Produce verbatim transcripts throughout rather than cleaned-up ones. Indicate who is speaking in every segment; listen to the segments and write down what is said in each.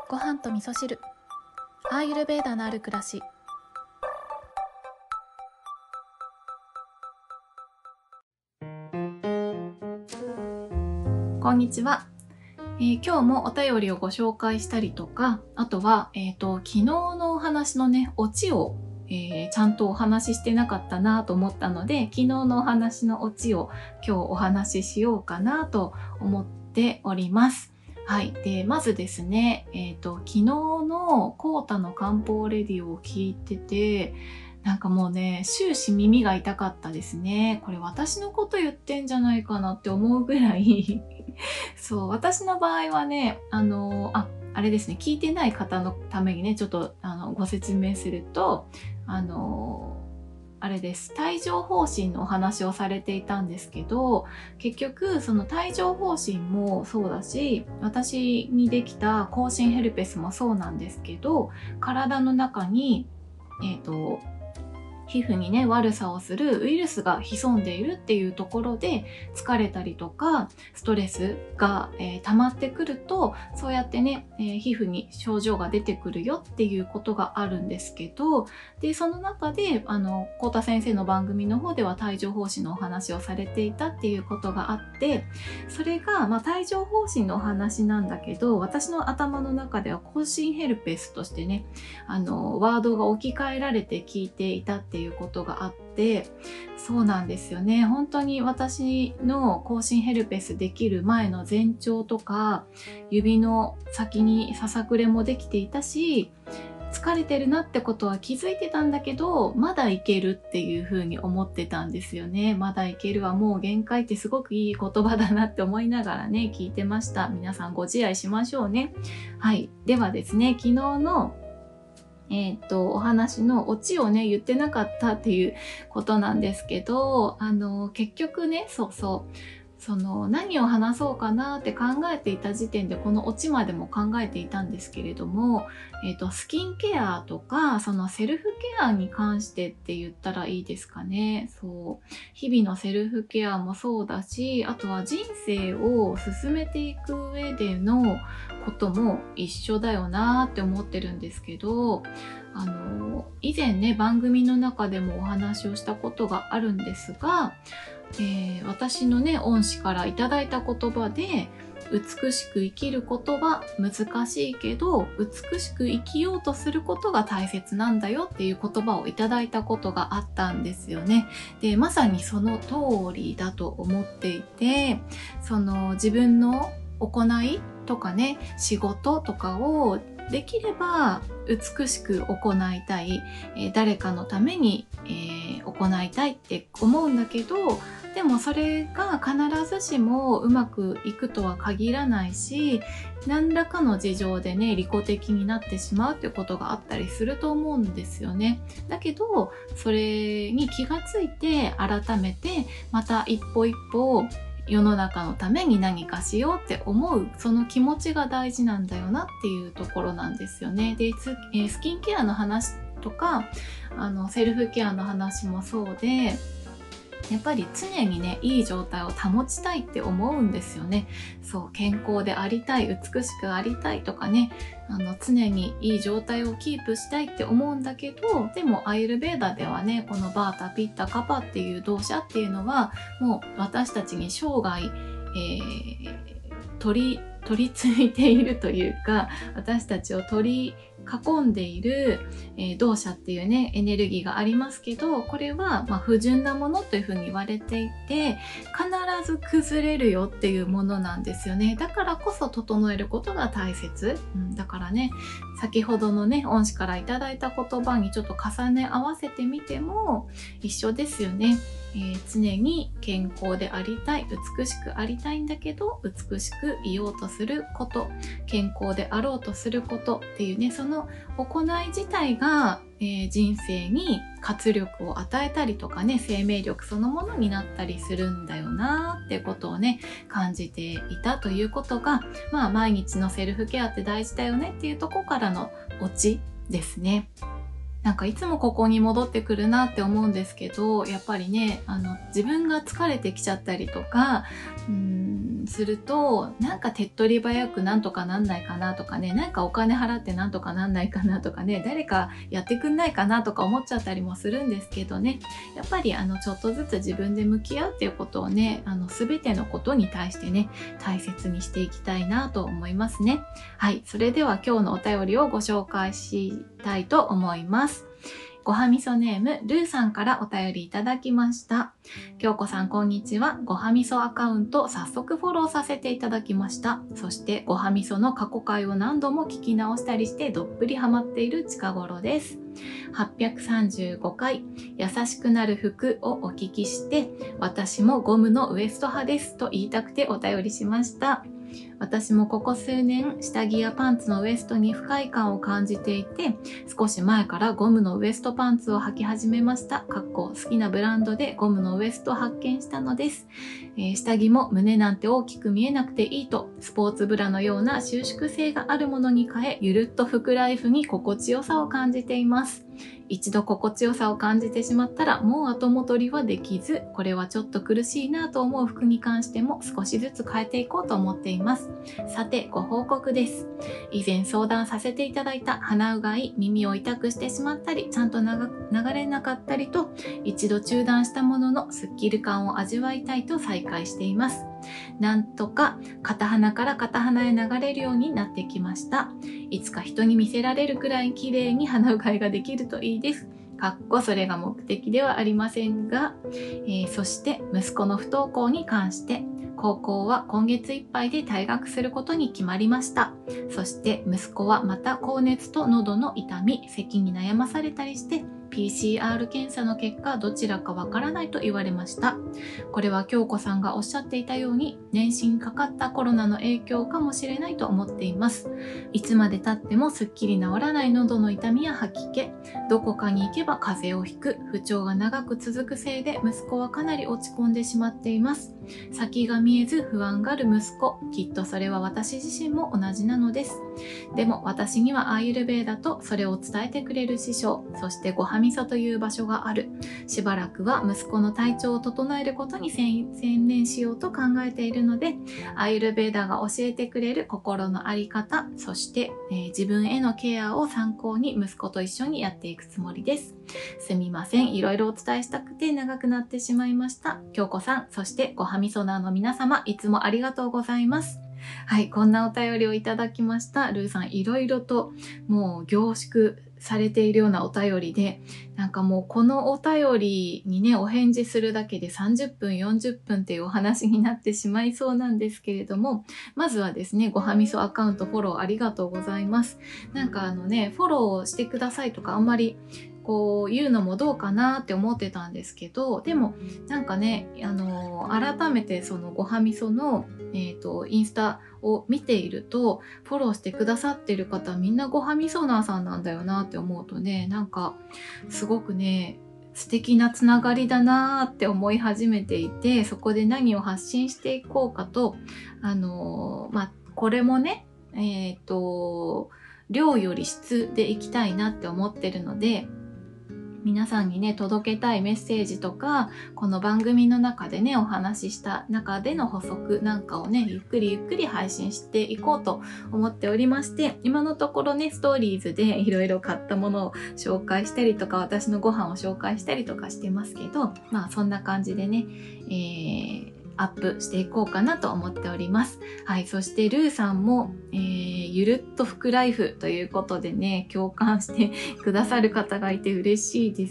Speaker 1: ご飯と味噌汁、アーユルヴェーダのある暮らし。こんにちは、えー、今日もお便りをご紹介したりとか、あとは、えーと、昨日のお話のねオチを、えー、ちゃんとお話ししてなかったなと思ったので、昨日のお話のオチを今日お話ししようかなと思っております。はい。で、まずですね、えっと、昨日のコータの漢方レディオを聞いてて、なんかもうね、終始耳が痛かったですね。これ私のこと言ってんじゃないかなって思うぐらい、そう、私の場合はね、あの、あ、あれですね、聞いてない方のためにね、ちょっとあのご説明すると、あの、あれです。帯状疱疹のお話をされていたんですけど、結局その帯状疱疹もそうだし、私にできた口唇ヘルペスもそうなんですけど、体の中に、えっと、皮膚にね悪さをするウイルスが潜んでいるっていうところで、疲れたりとかストレスが、えー、溜まってくると、そうやってね、えー、皮膚に症状が出てくるよっていうことがあるんですけど、でその中であの幸田先生の番組の方では帯状疱疹のお話をされていたっていうことがあって、それが、まあ、帯状疱疹のお話なんだけど、私の頭の中では口唇ヘルペスとしてね、あのワードが置き換えられて聞いていたっていうことがあって、そうなんですよね。本当に私の口唇ヘルペスできる前の前兆とか、指の先にささくれもできていたし、疲れてるなってことは気づいてたんだけど、まだいけるっていう風に思ってたんですよね。まだいけるはもう限界ってすごくいい言葉だなって思いながらね、聞いてました。皆さんご自愛しましょうね。はい。ではですね、昨日のえっと、お話のオチをね、言ってなかったっていうことなんですけど、あの、結局ね、そうそう、その、何を話そうかなって考えていた時点で、このオチまでも考えていたんですけれども、えっと、スキンケアとか、そのセルフケアに関してって言ったらいいですかね。そう。日々のセルフケアもそうだし、あとは人生を進めていく上でのことも一緒だよなって思ってるんですけど、あの以前ね番組の中でもお話をしたことがあるんですが、えー、私のね恩師からいただいた言葉で、美しく生きることは難しいけど美しく生きようとすることが大切なんだよっていう言葉をいただいたことがあったんですよね。でまさにその通りだと思っていて、その自分の行いとかね、仕事とかをできれば美しく行いたい、えー、誰かのために、えー、行いたいって思うんだけど、でもそれが必ずしもうまくいくとは限らないし、何らかの事情でね利己的になってしまうってことがあったりすると思うんですよね。だけどそれに気がついて改めてまた一歩一歩世の中のために何かしようって思う、その気持ちが大事なんだよなっていうところなんですよね。で、ス、えー、スキンケアの話とかあのセルフケアの話もそうで、やっぱり常にねいい状態を保ちたいって思うんですよね。そう、健康でありたい、美しくありたいとかね、あの常にいい状態をキープしたいって思うんだけど、でもアーユルヴェーダではね、このバータピッタカパっていう動作っていうのはもう私たちに生涯、えー、取り取り付いているというか、私たちを取り囲んでいる、えー、動作っていうねエネルギーがありますけど、これは、まあ、不純なものというふうに言われていて、必ず崩れるよっていうものなんですよね。だからこそ整えることが大切、うん、だからね、先ほどのね恩師からいただいた言葉にちょっと重ね合わせてみても一緒ですよね。えー、常に健康でありたい、美しくありたいんだけど美しくいようとすること、健康であろうとすることっていうね、その行い自体が、えー、人生に活力を与えたりとかね、生命力そのものになったりするんだよなってことをね感じていたということが、まあ毎日のセルフケアって大事だよねっていうところからのオチですね。なんかいつもここに戻ってくるなって思うんですけど、やっぱりね、あの自分が疲れてきちゃったりとか、うーんんすると、なんか手っ取り早くなんとかなんないかなとかね、なんかお金払ってなんとかなんないかなとかね、誰かやってくんないかなとか思っちゃったりもするんですけどね、やっぱりあのちょっとずつ自分で向き合うっていうことをね、あの全てのことに対してね、大切にしていきたいなと思いますね。はい、それでは今日のお便りをご紹介したいと思います。ごはみそネームルーさんからお便りいただきました。京子さんこんにちは。ごはみそアカウント早速フォローさせていただきました。そしてごはみその過去回を何度も聞き直したりしてどっぷりハマっている近頃です。はっぴゃくさんじゅうごかい優しくなる服をお聞きして、私もゴムのウエスト派ですと言いたくてお便りしました。私もここ数年下着やパンツのウエストに不快感を感じていて、少し前からゴムのウエストパンツを履き始めました。かっこ好きなブランドでゴムのウエストを発見したのです。えー、下着も胸なんて大きく見えなくていいと、スポーツブラのような収縮性があるものに変え、ゆるっと服ライフに心地よさを感じています。一度心地よさを感じてしまったらもう後戻りはできず、これはちょっと苦しいなと思う服に関しても少しずつ変えていこうと思っています。さてご報告です。以前相談させていただいた鼻うがい、耳を痛くしてしまったりちゃんと流れなかったりと一度中断したもののスッキリ感を味わいたいと再開しています。なんとか片鼻から片鼻へ流れるようになってきました。いつか人に見せられるくらい綺麗に鼻うがいができるといいです。かっこそれが目的ではありませんが、えー、そして息子の不登校に関して高校は今月いっぱいで退学することに決まりました。そして息子はまた高熱と喉の痛み、咳に悩まされたりして、ピーシーアール 検査の結果どちらかわからないと言われました。これは京子さんがおっしゃっていたように年始にかかったコロナの影響かもしれないと思っています。いつまで経ってもすっきり治らない喉の痛みや吐き気、どこかに行けば風邪をひく、不調が長く続くせいで息子はかなり落ち込んでしまっています。先が見えず不安がある息子、きっとそれは私自身も同じなのです。でも私にはアーユルヴェーダとそれを伝えてくれる師匠、そしてごはみそという場所がある。しばらくは息子の体調を整えることに専念しようと考えているので、アーユルヴェーダが教えてくれる心の在り方、そして、えー、自分へのケアを参考に息子と一緒にやっていくつもりです。すみません、いろいろお伝えしたくて長くなってしまいました。京子さん、そしてごはみそナーの皆様、いつもありがとうございます。はい、こんなお便りをいただきました。ルーさん、いろいろともう凝縮されているようなお便りで、なんかもうこのお便りにね、お返事するだけでさんじゅっぷん、よんじゅっぷんっていうお話になってしまいそうなんですけれども、まずはですね、ごはみそアカウントフォローありがとうございます。なんかあのね、フォローしてくださいとかあんまりこう言うのもどうかなって思ってたんですけど、でもなんかね、あの改めてそのごはみその、えーと、インスタを見ていると、フォローしてくださってる方みんなごはみそナーさんなんだよなって思うとね、なんかすごくね、素敵なつながりだなーって思い始めていて、そこで何を発信していこうかと、あのー、まあ、これもね、えっと、量より質でいきたいなって思ってるので、皆さんにね、届けたいメッセージとか、この番組の中でね、お話しした中での補足なんかをね、ゆっくりゆっくり配信していこうと思っておりまして、今のところね、ストーリーズでいろいろ買ったものを紹介したりとか、私のご飯を紹介したりとかしてますけど、まあそんな感じでね、えーアップしていこうかなと思っております。はい、そしてルーさんも、えー、ゆるっと服ライフということでね、共感してくださる方がいて嬉しいです。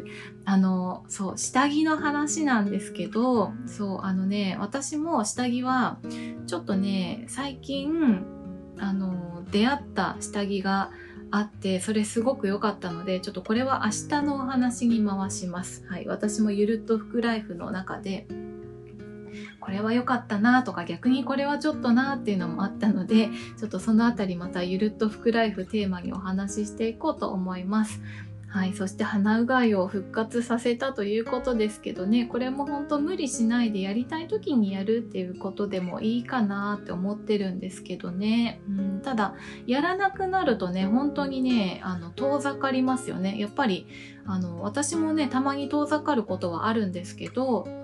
Speaker 1: あの、そう、下着の話なんですけど、そう、あのね、私も下着はちょっとね、最近、あの、出会った下着があって、それすごく良かったので、ちょっとこれは明日のお話に回します。はい、私もゆるっと服ライフの中で、これは良かったなとか逆にこれはちょっとなっていうのもあったので、ちょっとそのあたりまたゆるっと服ライフテーマにお話ししていこうと思います。はい、そして鼻うがいを復活させたということですけどね、これも本当無理しないでやりたい時にやるっていうことでもいいかなって思ってるんですけどね、うん、ただやらなくなるとね、本当にね、あの遠ざかりますよね。やっぱりあの私もね、たまに遠ざかることはあるんですけど、あの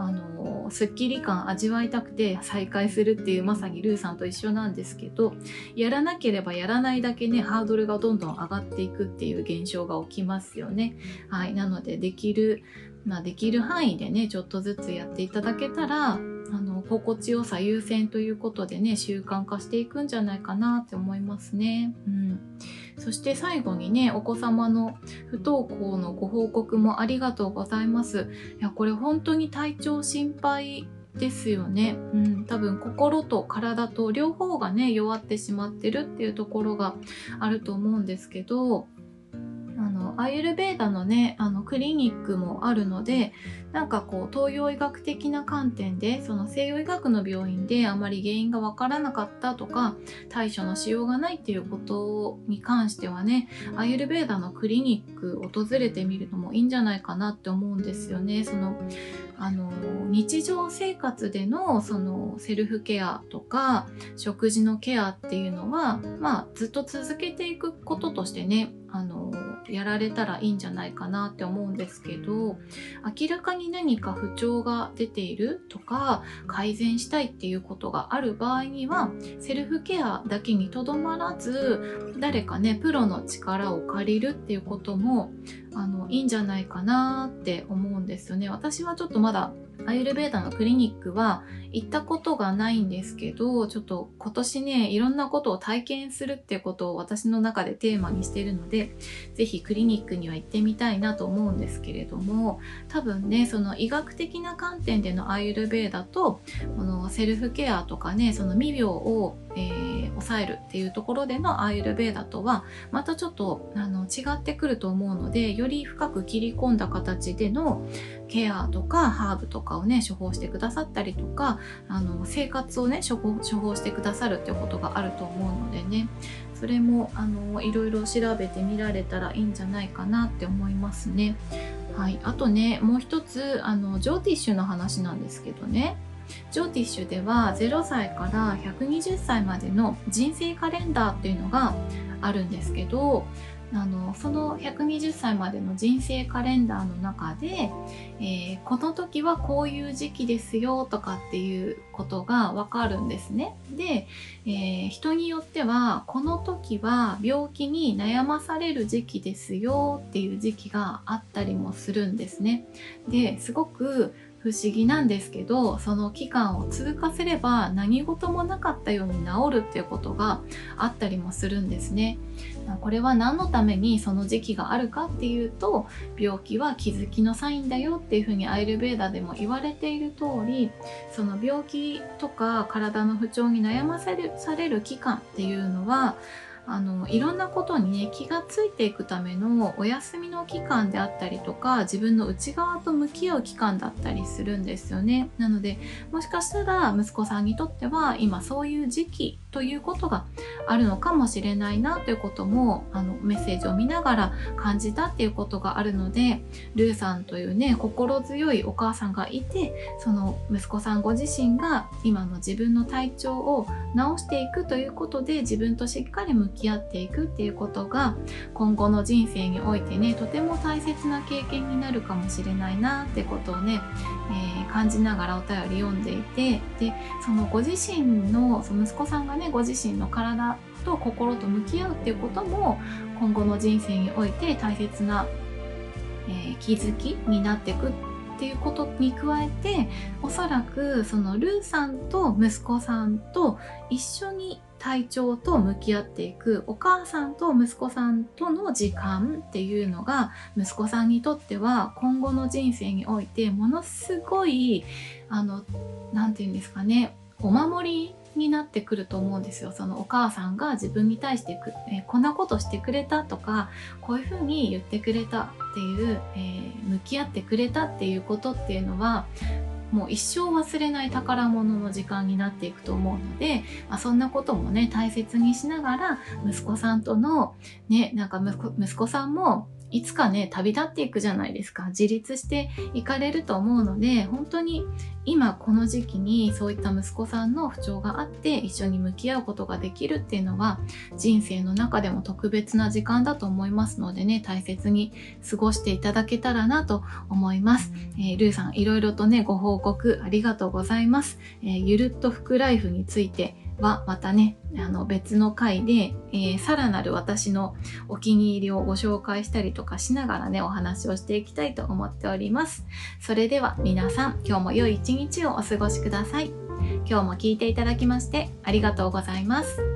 Speaker 1: のスッキリ感味わいたくて再開するっていう、まさにルーさんと一緒なんですけど、やらなければやらないだけねハードルがどんどん上がっていくっていう現象が起きますよね。はい、なのでできるまあ、できる範囲でねちょっとずつやっていただけたら、あの心地よさ優先ということでね習慣化していくんじゃないかなって思いますね。うん、そして最後にね、お子様の不登校のご報告もありがとうございます。いや、これ本当に体調心配ですよね。うん、多分心と体と両方がね弱ってしまってるっていうところがあると思うんですけど、あのアーユルヴェーダのねあのクリニックもあるので、なんかこう東洋医学的な観点でその西洋医学の病院であまり原因がわからなかったとか対処のしようがないっていうことに関してはね、アーユルヴェーダのクリニック訪れてみるのもいいんじゃないかなって思うんですよね。そのあの日常生活でのそのセルフケアとか食事のケアっていうのは、まあ、ずっと続けていくこととしてねあのやられたらいいんじゃないかなって思うんですけど、明らかに何か不調が出ているとか改善したいっていうことがある場合にはセルフケアだけにとどまらず、誰かねプロの力を借りるっていうこともあのいいんじゃないかなって思うんですよね。私はちょっとまだアーユルヴェーダのクリニックは行ったことがないんですけど、ちょっと今年ねいろんなことを体験するっていうことを私の中でテーマにしているので、ぜひクリニックには行ってみたいなと思うんですけれども、多分ねその医学的な観点でのアーユルヴェーダとこのセルフケアとかねその未病を、えー、抑えるっていうところでのアーユルヴェーダとはまたちょっとあの違ってくると思うので、より深く切り込んだ形でのケアとかハーブとかをね処方してくださったりとか、あの生活をね処方、処方してくださるっていうことがあると思うのでね、それもあのいろいろ調べてみられたらいいんじゃないかなって思いますね。はい、あとねもう一つあのジョーティッシュの話なんですけどね、ジョーティッシュではゼロさいからひゃくにじゅっさいまでの人生カレンダーっていうのがあるんですけど、あのそのひゃくにじゅっさいまでの人生カレンダーの中で、えー、この時はこういう時期ですよとかっていうことがわかるんですね。で、えー、人によってはこの時は病気に悩まされる時期ですよっていう時期があったりもするんですね。ですごく不思議なんですけど、その期間を通過すれば何事もなかったように治るっていうことがあったりもするんですね。これは何のためにその時期があるかっていうと、病気は気づきのサインだよっていうふうにアーユルヴェーダでも言われている通り、その病気とか体の不調に悩まされる、される期間っていうのはあのいろんなことにね気がついていくためのお休みの期間であったりとか、自分の内側と向き合う期間だったりするんですよね。なのでもしかしたら息子さんにとっては今そういう時期ということがあるのかもしれないなということもあのメッセージを見ながら感じたっていうことがあるので、ルーさんというね心強いお母さんがいて、その息子さんご自身が今の自分の体調を治していくということで自分としっかり向き合っていくっていうことが今後の人生においてねとても大切な経験になるかもしれないなってことをね、えー、感じながらお便り読んでいて、でそのご自身のその息子さんがねご自身の体と心と向き合うっていうことも今後の人生において大切な、えー、気づきになっていくっていうことに加えて、おそらくそのルーさんと息子さんと一緒に体調と向き合っていくお母さんと息子さんとの時間っていうのが息子さんにとっては今後の人生においてものすごいあのなんていうんですかね、お守りになってくると思うんですよ。そのお母さんが自分に対してく、えー、こんなことしてくれたとかこういうふうに言ってくれたっていう、えー、向き合ってくれたっていうことっていうのはもう一生忘れない宝物の時間になっていくと思うので、まあ、そんなこともね大切にしながら息子さんとのねなんか息子、息子さんもいつかね、旅立っていくじゃないですか。自立していかれると思うので、本当に今この時期にそういった息子さんの不調があって一緒に向き合うことができるっていうのは、人生の中でも特別な時間だと思いますのでね、大切に過ごしていただけたらなと思います。えー、ルーさん、いろいろとね、ご報告ありがとうございます。えー、ゆるっと服ライフについてはまたね、あの別の回で、えー、さらなる私のお気に入りをご紹介したりとかしながらね、お話をしていきたいと思っております。それでは皆さん、今日も良い一日をお過ごしください。今日も聞いていただきましてありがとうございます。